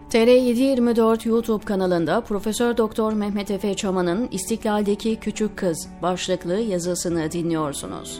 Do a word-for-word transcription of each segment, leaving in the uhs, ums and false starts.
T R yedi yirmi dört YouTube kanalında Profesör Doktor Mehmet Efe Çaman'ın İstiklal'deki Küçük Kız başlıklı yazısını dinliyorsunuz.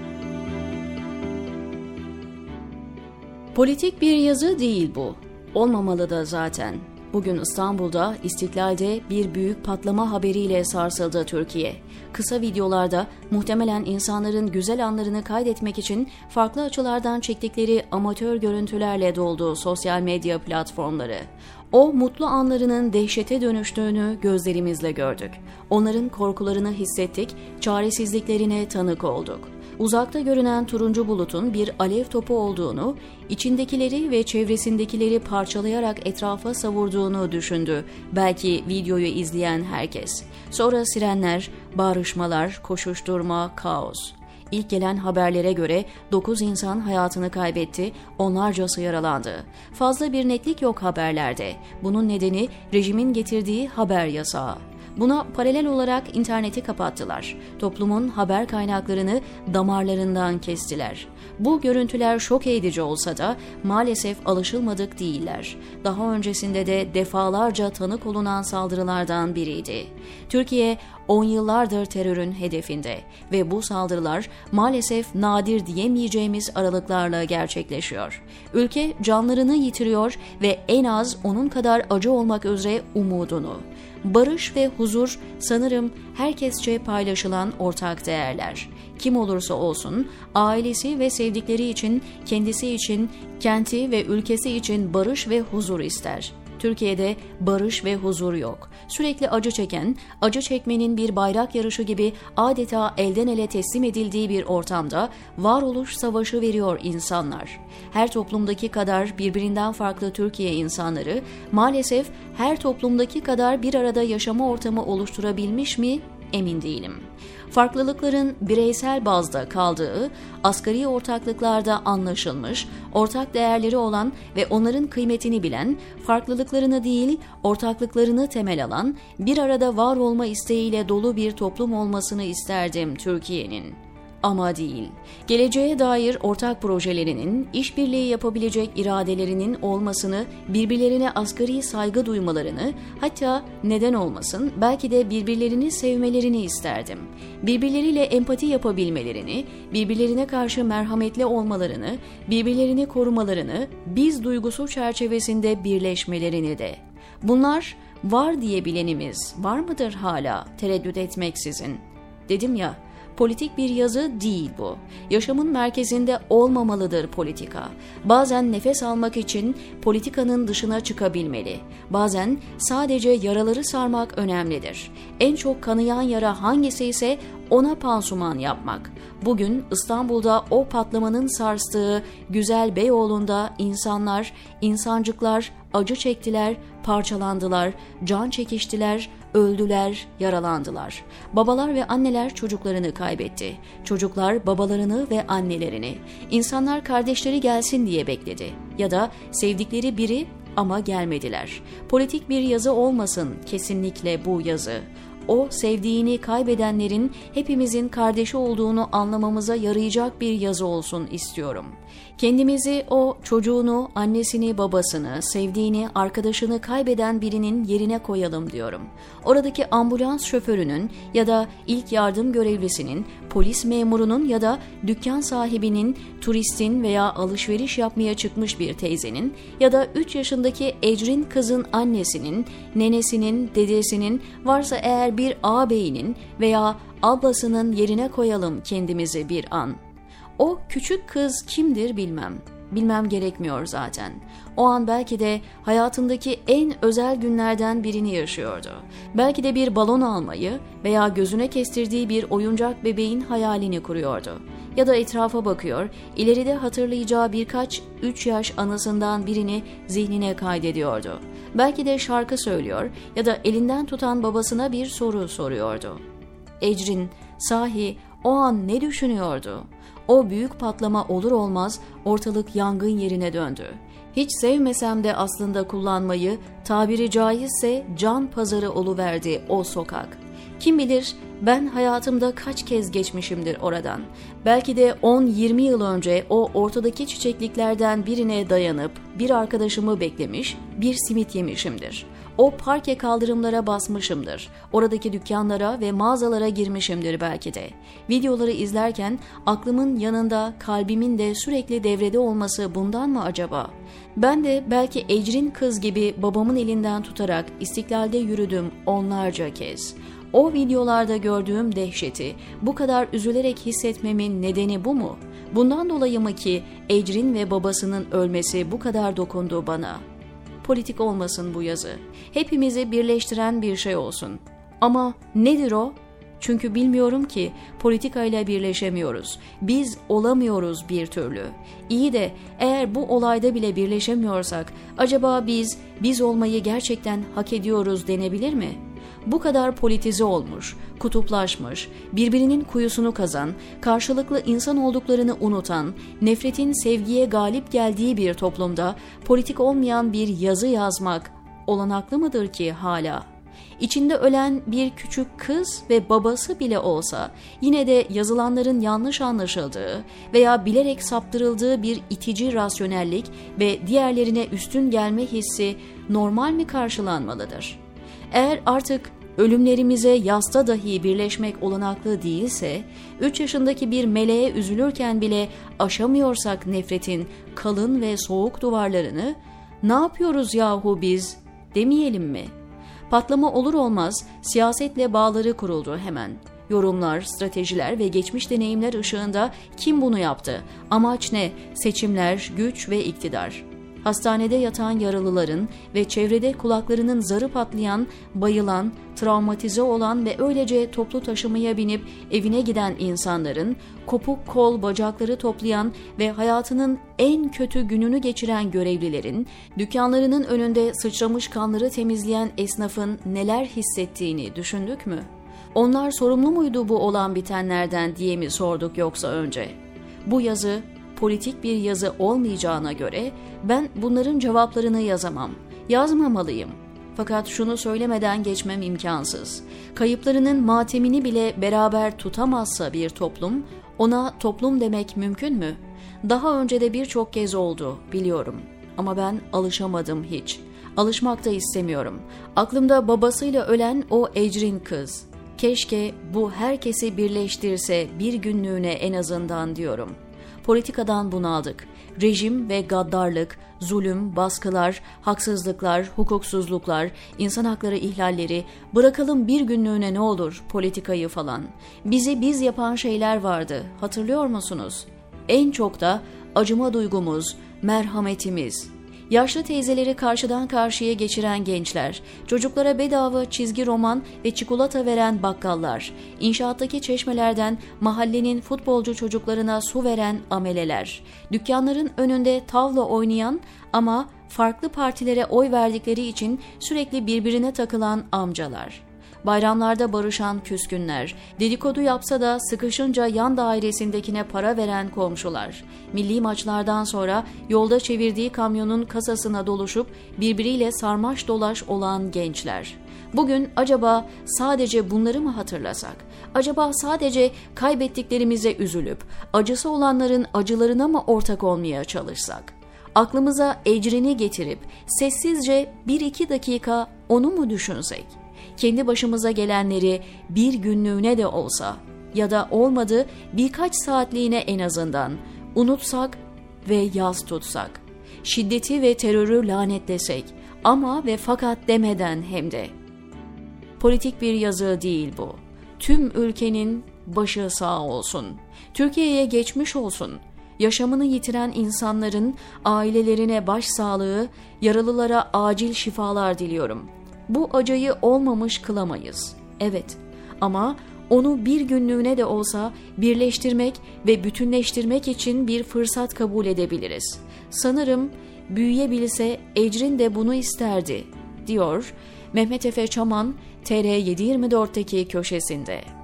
Politik bir yazı değil bu. Olmamalı da zaten. Bugün İstanbul'da, İstiklal'de bir büyük patlama haberiyle sarsıldı Türkiye. Kısa videolarda muhtemelen insanların güzel anlarını kaydetmek için farklı açılardan çektikleri amatör görüntülerle doldu sosyal medya platformları. O mutlu anlarının dehşete dönüştüğünü gözlerimizle gördük. Onların korkularını hissettik, çaresizliklerine tanık olduk. Uzakta görünen turuncu bulutun bir alev topu olduğunu, içindekileri ve çevresindekileri parçalayarak etrafa savurduğunu düşündü belki videoyu izleyen herkes. Sonra sirenler, bağırışmalar, koşuşturma, kaos. İlk gelen haberlere göre dokuz insan hayatını kaybetti, onlarcası yaralandı. Fazla bir netlik yok haberlerde. Bunun nedeni rejimin getirdiği haber yasağı. Buna paralel olarak interneti kapattılar. Toplumun haber kaynaklarını damarlarından kestiler. Bu görüntüler şok edici olsa da maalesef alışılmadık değiller. Daha öncesinde de defalarca tanık olunan saldırılardan biriydi. Türkiye on yıllardır terörün hedefinde ve bu saldırılar maalesef nadir diyemeyeceğimiz aralıklarla gerçekleşiyor. Ülke canlarını yitiriyor ve en az onun kadar acı olmak üzere umudunu. Barış ve huzur sanırım herkesçe paylaşılan ortak değerler. Kim olursa olsun ailesi ve sevdikleri için, kendisi için, kenti ve ülkesi için barış ve huzur ister. Türkiye'de barış ve huzur yok. Sürekli acı çeken, acı çekmenin bir bayrak yarışı gibi adeta elden ele teslim edildiği bir ortamda varoluş savaşı veriyor insanlar. Her toplumdaki kadar birbirinden farklı Türkiye insanları maalesef her toplumdaki kadar bir arada yaşama ortamı oluşturabilmiş mi? Emin değilim. Farklılıkların bireysel bazda kaldığı, asgari ortaklıklarda anlaşılmış, ortak değerleri olan ve onların kıymetini bilen, farklılıklarını değil, ortaklıklarını temel alan, bir arada var olma isteğiyle dolu bir toplum olmasını isterdim Türkiye'nin. Ama değil. Geleceğe dair ortak projelerinin, işbirliği yapabilecek iradelerinin olmasını, birbirlerine asgari saygı duymalarını, hatta neden olmasın belki de birbirlerini sevmelerini isterdim. Birbirleriyle empati yapabilmelerini, birbirlerine karşı merhametli olmalarını, birbirlerini korumalarını, biz duygusu çerçevesinde birleşmelerini de. Bunlar var diyebilenimiz var mıdır hala tereddüt etmeksizin? Dedim ya, politik bir yazı değil bu. Yaşamın merkezinde olmamalıdır politika. Bazen nefes almak için politikanın dışına çıkabilmeli. Bazen sadece yaraları sarmak önemlidir. En çok kanayan yara hangisi ise ona pansuman yapmak. Bugün İstanbul'da o patlamanın sarstığı güzel Beyoğlu'nda insanlar, insancıklar acı çektiler, parçalandılar, can çekiştiler, öldüler, yaralandılar. Babalar ve anneler çocuklarını kaybetti. Çocuklar babalarını ve annelerini. İnsanlar kardeşleri gelsin diye bekledi. Ya da sevdikleri biri ama gelmediler. Politik bir yazı olmasın kesinlikle bu yazı. O sevdiğini kaybedenlerin hepimizin kardeşi olduğunu anlamamıza yarayacak bir yazı olsun istiyorum. Kendimizi o çocuğunu, annesini, babasını, sevdiğini, arkadaşını kaybeden birinin yerine koyalım diyorum. Oradaki ambulans şoförünün ya da ilk yardım görevlisinin, polis memurunun ya da dükkan sahibinin, turistin veya alışveriş yapmaya çıkmış bir teyzenin ya da üç yaşındaki Ecrin kızın annesinin, nenesinin, dedesinin, varsa eğer bir ağabeyinin veya ablasının yerine koyalım kendimizi bir an. O küçük kız kimdir bilmem. Bilmem gerekmiyor zaten. O an belki de hayatındaki en özel günlerden birini yaşıyordu. Belki de bir balon almayı veya gözüne kestirdiği bir oyuncak bebeğin hayalini kuruyordu. Ya da etrafa bakıyor, ileride hatırlayacağı birkaç üç yaş anısından birini zihnine kaydediyordu. Belki de şarkı söylüyor ya da elinden tutan babasına bir soru soruyordu. Ecrin, sahi o an ne düşünüyordu? O büyük patlama olur olmaz ortalık yangın yerine döndü. Hiç sevmesem de aslında kullanmayı, tabiri caizse can pazarı oluverdi o sokak. Kim bilir ben hayatımda kaç kez geçmişimdir oradan. Belki de on yirmi yıl önce o ortadaki çiçekliklerden birine dayanıp bir arkadaşımı beklemiş, bir simit yemişimdir. O parke kaldırımlara basmışımdır. Oradaki dükkanlara ve mağazalara girmişimdir belki de. Videoları izlerken aklımın yanında, kalbimin de sürekli devrede olması bundan mı acaba? Ben de belki Ecrin kız gibi babamın elinden tutarak İstiklal'de yürüdüm onlarca kez. O videolarda gördüğüm dehşeti bu kadar üzülerek hissetmemin nedeni bu mu? Bundan dolayı mı ki Ecrin ve babasının ölmesi bu kadar dokundu bana? Politik olmasın bu yazı. Hepimizi birleştiren bir şey olsun. Ama nedir o? Çünkü bilmiyorum ki politikayla birleşemiyoruz. Biz olamıyoruz bir türlü. İyi de eğer bu olayda bile birleşemiyorsak acaba biz biz olmayı gerçekten hak ediyoruz denebilir mi? Bu kadar politize olmuş, kutuplaşmış, birbirinin kuyusunu kazan, karşılıklı insan olduklarını unutan, nefretin sevgiye galip geldiği bir toplumda politik olmayan bir yazı yazmak olanaklı mıdır ki hala? İçinde ölen bir küçük kız ve babası bile olsa yine de yazılanların yanlış anlaşıldığı veya bilerek saptırıldığı bir itici rasyonellik ve diğerlerine üstün gelme hissi normal mi karşılanmalıdır? Eğer artık ölümlerimize yasta dahi birleşmek olanaklı değilse, üç yaşındaki bir meleğe üzülürken bile aşamıyorsak nefretin kalın ve soğuk duvarlarını, ne yapıyoruz yahu biz demeyelim mi? Patlama olur olmaz siyasetle bağları kuruldu hemen. Yorumlar, stratejiler ve geçmiş deneyimler ışığında kim bunu yaptı? Amaç ne? Seçimler, güç ve iktidar. Hastanede yatan yaralıların ve çevrede kulaklarının zarı patlayan, bayılan, travmatize olan ve öylece toplu taşımaya binip evine giden insanların, kopuk kol bacakları toplayan ve hayatının en kötü gününü geçiren görevlilerin, dükkanlarının önünde sıçramış kanları temizleyen esnafın neler hissettiğini düşündük mü? Onlar sorumlu muydu bu olan bitenlerden diye mi sorduk yoksa önce? Bu yazı politik bir yazı olmayacağına göre ben bunların cevaplarını yazamam, yazmamalıyım. Fakat şunu söylemeden geçmem imkansız. Kayıplarının matemini bile beraber tutamazsa bir toplum, ona toplum demek mümkün mü? Daha önce de birçok kez oldu, biliyorum. Ama ben alışamadım hiç. Alışmak da istemiyorum. Aklımda babasıyla ölen o Ecrin kız. Keşke bu herkesi birleştirse bir günlüğüne en azından diyorum. Politikadan bunaldık. Rejim ve gaddarlık, zulüm, baskılar, haksızlıklar, hukuksuzluklar, insan hakları ihlalleri, bırakalım bir günlüğüne ne olur politikayı falan. Bizi biz yapan şeyler vardı, hatırlıyor musunuz? En çok da acıma duygumuz, merhametimiz. Yaşlı teyzeleri karşıdan karşıya geçiren gençler, çocuklara bedava çizgi roman ve çikolata veren bakkallar, inşaattaki çeşmelerden mahallenin futbolcu çocuklarına su veren ameleler, dükkanların önünde tavla oynayan ama farklı partilere oy verdikleri için sürekli birbirine takılan amcalar. Bayramlarda barışan küskünler, dedikodu yapsa da sıkışınca yan dairesindekine para veren komşular, milli maçlardan sonra yolda çevirdiği kamyonun kasasına doluşup birbiriyle sarmaş dolaş olan gençler. Bugün acaba sadece bunları mı hatırlasak? Acaba sadece kaybettiklerimize üzülüp, acısı olanların acılarına mı ortak olmaya çalışsak? Aklımıza Ecrin'i getirip sessizce bir iki dakika onu mu düşünsek? Kendi başımıza gelenleri bir günlüğüne de olsa ya da olmadı birkaç saatliğine en azından unutsak ve yas tutsak. Şiddeti ve terörü lanetlesek ama ve fakat demeden hem de. Politik bir yazı değil bu. Tüm ülkenin başı sağ olsun. Türkiye'ye geçmiş olsun. Yaşamını yitiren insanların ailelerine başsağlığı, yaralılara acil şifalar diliyorum. Bu acıyı olmamış kılamayız. Evet, ama onu bir günlüğüne de olsa birleştirmek ve bütünleştirmek için bir fırsat kabul edebiliriz. Sanırım büyüyebilse Ecrin de bunu isterdi, diyor Mehmet Efe Çaman T R yedi yirmi dörtteki köşesinde.